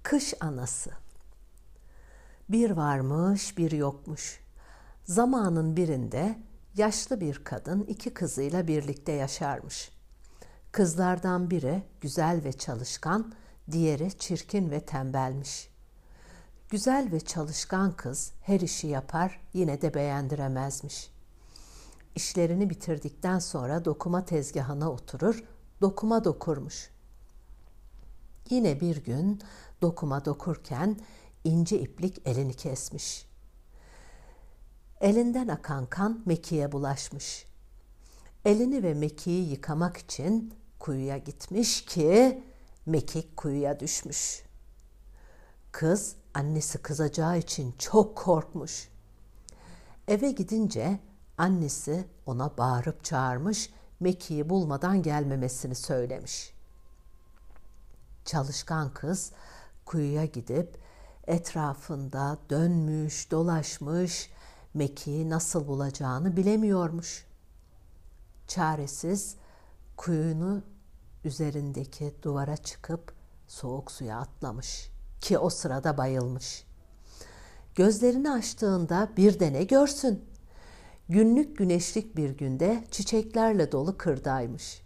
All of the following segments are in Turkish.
Kış anası. Bir varmış, bir yokmuş. Zamanın birinde yaşlı bir kadın 2 kızıyla birlikte yaşarmış. Kızlardan biri güzel ve çalışkan, diğeri çirkin ve tembelmiş. Güzel ve çalışkan kız her işi yapar, yine de beğendiremezmiş. İşlerini bitirdikten sonra dokuma tezgahına oturur, dokuma dokurmuş. Yine bir gün dokuma dokurken ince iplik elini kesmiş. Elinden akan kan mekiğe bulaşmış. Elini ve mekiği yıkamak için kuyuya gitmiş ki mekik kuyuya düşmüş. Kız annesi kızacağı için çok korkmuş. Eve gidince annesi ona bağırıp çağırmış, mekiği bulmadan gelmemesini söylemiş. Çalışkan kız kuyuya gidip etrafında dönmüş, dolaşmış, mekiği nasıl bulacağını bilemiyormuş. Çaresiz kuyunun üzerindeki duvara çıkıp soğuk suya atlamış ki o sırada bayılmış. Gözlerini açtığında bir de ne görsün? Günlük güneşlik bir günde çiçeklerle dolu kırdaymış.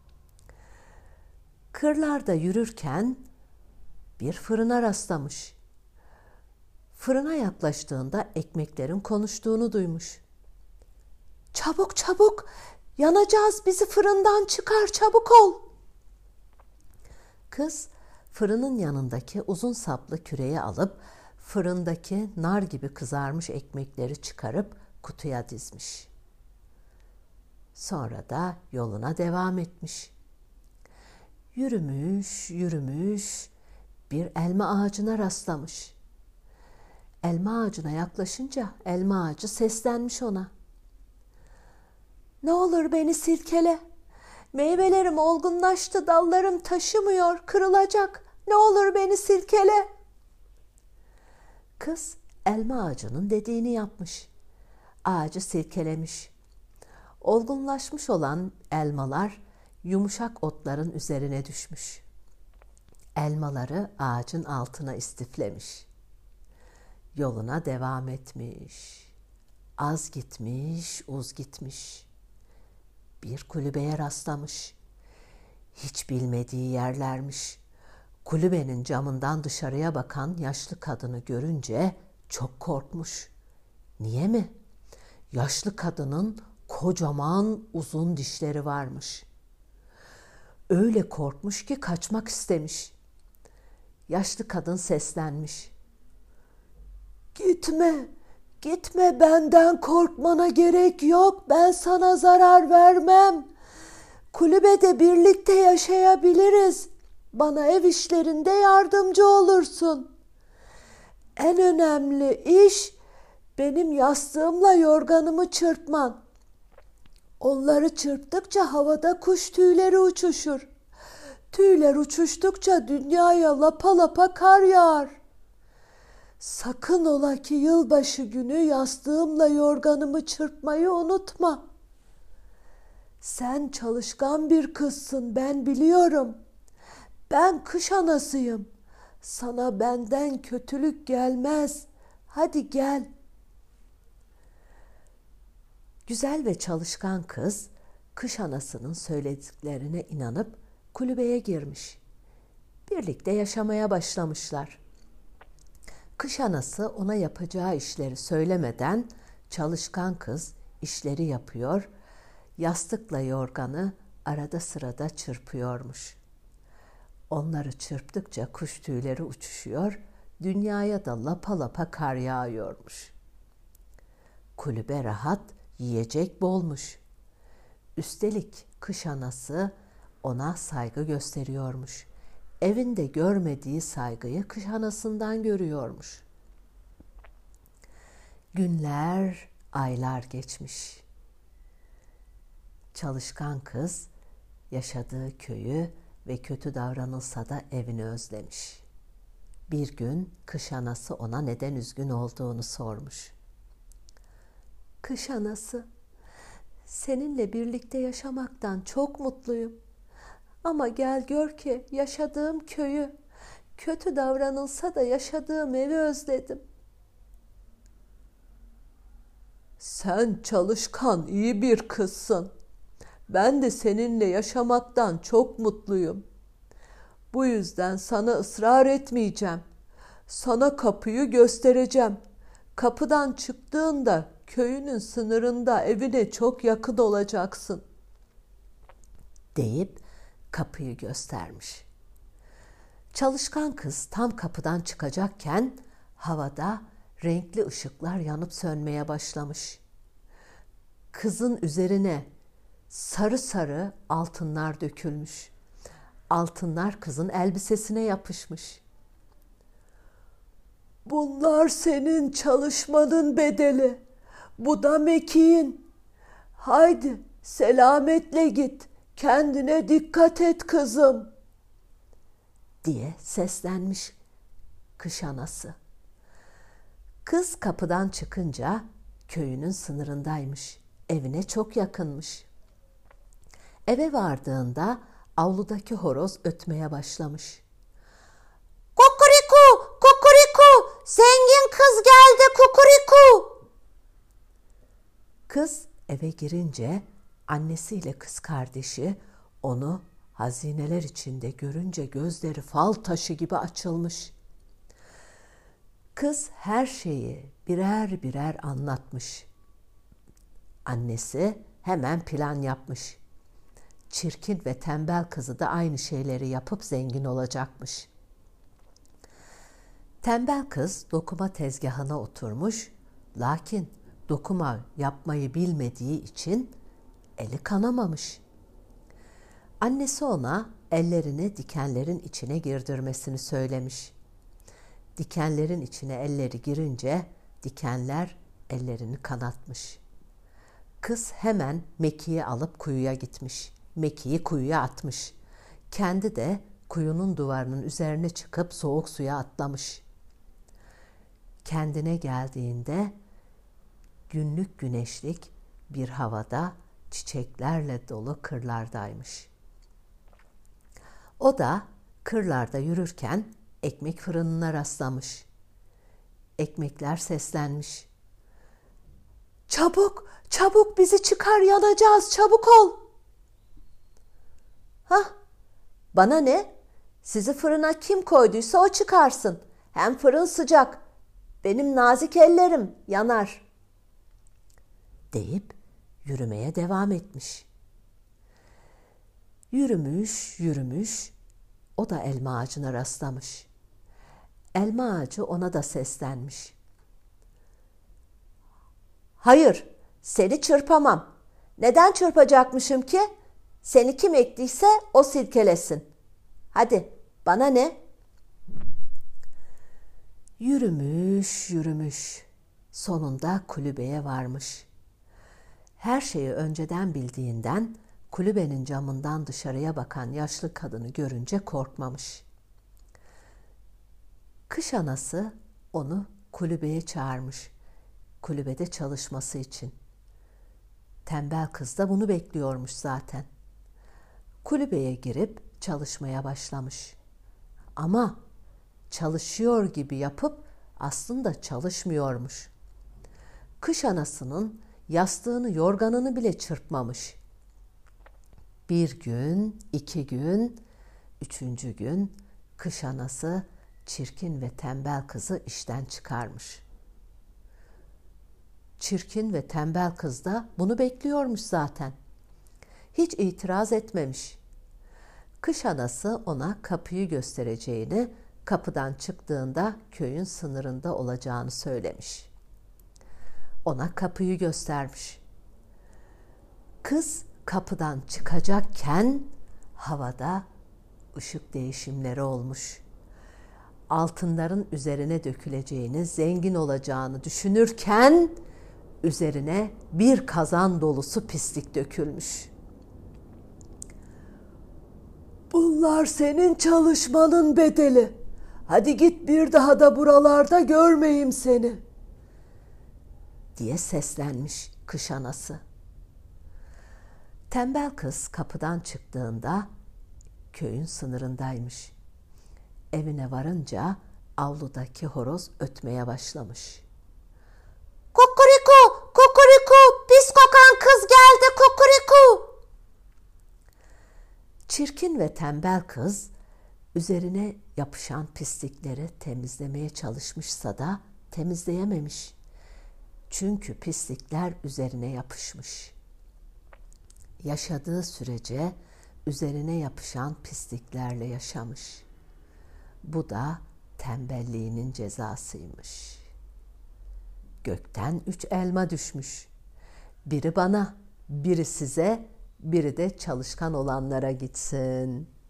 Kırlarda yürürken bir fırına rastlamış. Fırına yaklaştığında ekmeklerin konuştuğunu duymuş. "Çabuk çabuk, yanacağız, bizi fırından çıkar, çabuk ol." Kız fırının yanındaki uzun saplı küreği alıp fırındaki nar gibi kızarmış ekmekleri çıkarıp kutuya dizmiş. Sonra da yoluna devam etmiş. Yürümüş, yürümüş, bir elma ağacına rastlamış. Elma ağacına yaklaşınca elma ağacı seslenmiş ona. "Ne olur beni silkele. Meyvelerim olgunlaştı, dallarım taşımıyor, kırılacak. Ne olur beni silkele." Kız elma ağacının dediğini yapmış. Ağacı silkelemiş. Olgunlaşmış olan elmalar yumuşak otların üzerine düşmüş. Elmaları ağacın altına istiflemiş. Yoluna devam etmiş. Az gitmiş, uz gitmiş. Bir kulübeye rastlamış. Hiç bilmediği yerlermiş. Kulübenin camından dışarıya bakan yaşlı kadını görünce çok korkmuş. Niye mi? Yaşlı kadının kocaman uzun dişleri varmış. Öyle korkmuş ki kaçmak istemiş. Yaşlı kadın seslenmiş. "Gitme, gitme, benden korkmana gerek yok. Ben sana zarar vermem. Kulübede birlikte yaşayabiliriz. Bana ev işlerinde yardımcı olursun. En önemli iş benim yastığımla yorganımı çırpman. Onları çırptıkça havada kuş tüyleri uçuşur. Tüyler uçuştukça dünyaya lapa lapa kar yağar. Sakın ola ki yılbaşı günü yastığımla yorganımı çırpmayı unutma. Sen çalışkan bir kızsın, ben biliyorum. Ben kış anasıyım. Sana benden kötülük gelmez. Hadi gel." Güzel ve çalışkan kız kış anasının söylediklerine inanıp kulübeye girmiş. Birlikte yaşamaya başlamışlar. Kış anası ona yapacağı işleri söylemeden çalışkan kız işleri yapıyor, yastıkla yorganı arada sırada çırpıyormuş. Onları çırptıkça kuş tüyleri uçuşuyor, dünyaya da lapa lapa kar yağıyormuş. Kulübe rahat, yiyecek bolmuş. Üstelik kış anası ona saygı gösteriyormuş. Evinde görmediği saygıyı kış anasından görüyormuş. Günler, aylar geçmiş. Çalışkan kız yaşadığı köyü ve kötü davranılsa da evini özlemiş. Bir gün kış anası ona neden üzgün olduğunu sormuş. "Kış anası, seninle birlikte yaşamaktan çok mutluyum. Ama gel gör ki yaşadığım Kötü davranılsa da yaşadığım evi özledim. Sen çalışkan, iyi bir kızsın. Ben de seninle yaşamaktan çok mutluyum. Bu yüzden sana ısrar etmeyeceğim. Sana kapıyı göstereceğim. Kapıdan çıktığında köyünün sınırında evine çok yakın olacaksın." deyip kapıyı göstermiş. Çalışkan kız tam kapıdan çıkacakken havada renkli ışıklar yanıp sönmeye başlamış. Kızın üzerine sarı sarı altınlar dökülmüş. Altınlar kızın elbisesine yapışmış. "Bunlar senin çalışmanın bedeli. Bu da mekiğin. Haydi selametle git. Kendine dikkat et kızım." diye seslenmiş kış anası. Kız kapıdan çıkınca köyünün sınırındaymış. Evine çok yakınmış. Eve vardığında avludaki horoz ötmeye başlamış. "Kukuriku, kukuriku, zengin kız geldi kukuriku." Kız eve girince annesiyle kız kardeşi onu hazineler içinde görünce gözleri fal taşı gibi açılmış. Kız her şeyi birer birer anlatmış. Annesi hemen plan yapmış. Çirkin ve tembel kızı da aynı şeyleri yapıp zengin olacakmış. Tembel kız dokuma tezgahına oturmuş, lakin dokuma yapmayı bilmediği için eli kanamamış. Annesi ona ellerini dikenlerin içine girdirmesini söylemiş. Dikenlerin içine elleri girince dikenler ellerini kanatmış. Kız hemen mekiği alıp kuyuya gitmiş. Mekiği kuyuya atmış. Kendi de kuyunun duvarının üzerine çıkıp soğuk suya atlamış. Kendine geldiğinde günlük güneşlik bir havada çiçeklerle dolu kırlardaymış. O da kırlarda yürürken ekmek fırınına rastlamış. Ekmekler seslenmiş. "Çabuk, çabuk bizi çıkar, yanacağız, çabuk ol." "Hah, bana ne? Sizi fırına kim koyduysa o çıkarsın. Hem fırın sıcak. Benim nazik ellerim yanar." deyip yürümeye devam etmiş. Yürümüş, yürümüş, o da elma ağacına rastlamış. Elma ağacı ona da seslenmiş. "Hayır, seni çırpamam. Neden çırpacakmışım ki? Seni kim ektiyse o silkelesin. Hadi, bana ne?" Yürümüş, yürümüş. Sonunda kulübeye varmış. Her şeyi önceden bildiğinden kulübenin camından dışarıya bakan yaşlı kadını görünce korkmamış. Kış anası onu kulübeye çağırmış. Kulübede çalışması için. Tembel kız da bunu bekliyormuş zaten. Kulübeye girip çalışmaya başlamış. Ama çalışıyor gibi yapıp aslında çalışmıyormuş. Kış anasının yastığını, yorganını bile çırpmamış. Bir gün, 2 gün, 3. gün kış anası çirkin ve tembel kızı işten çıkarmış. Çirkin ve tembel kız da bunu bekliyormuş zaten. Hiç itiraz etmemiş. Kış anası ona kapıyı göstereceğini, kapıdan çıktığında köyün sınırında olacağını söylemiş. Ona kapıyı göstermiş. Kız kapıdan çıkacakken havada ışık değişimleri olmuş. Altınların üzerine döküleceğini, zengin olacağını düşünürken üzerine bir kazan dolusu pislik dökülmüş. "Bunlar senin çalışmanın bedeli. Hadi git, bir daha da buralarda görmeyeyim seni." diye seslenmiş kış anası. Tembel kız kapıdan çıktığında köyün sınırındaymış. Evine varınca avludaki horoz ötmeye başlamış. Kukuriku, kukuriku, pis kokan kız geldi kukuriku. Çirkin ve tembel kız üzerine yapışan pislikleri temizlemeye çalışmışsa da temizleyememiş. Çünkü pislikler üzerine yapışmış. Yaşadığı sürece üzerine yapışan pisliklerle yaşamış. Bu da tembelliğinin cezasıymış. Gökten 3 elma düşmüş. Biri bana, biri size, biri de çalışkan olanlara gitsin.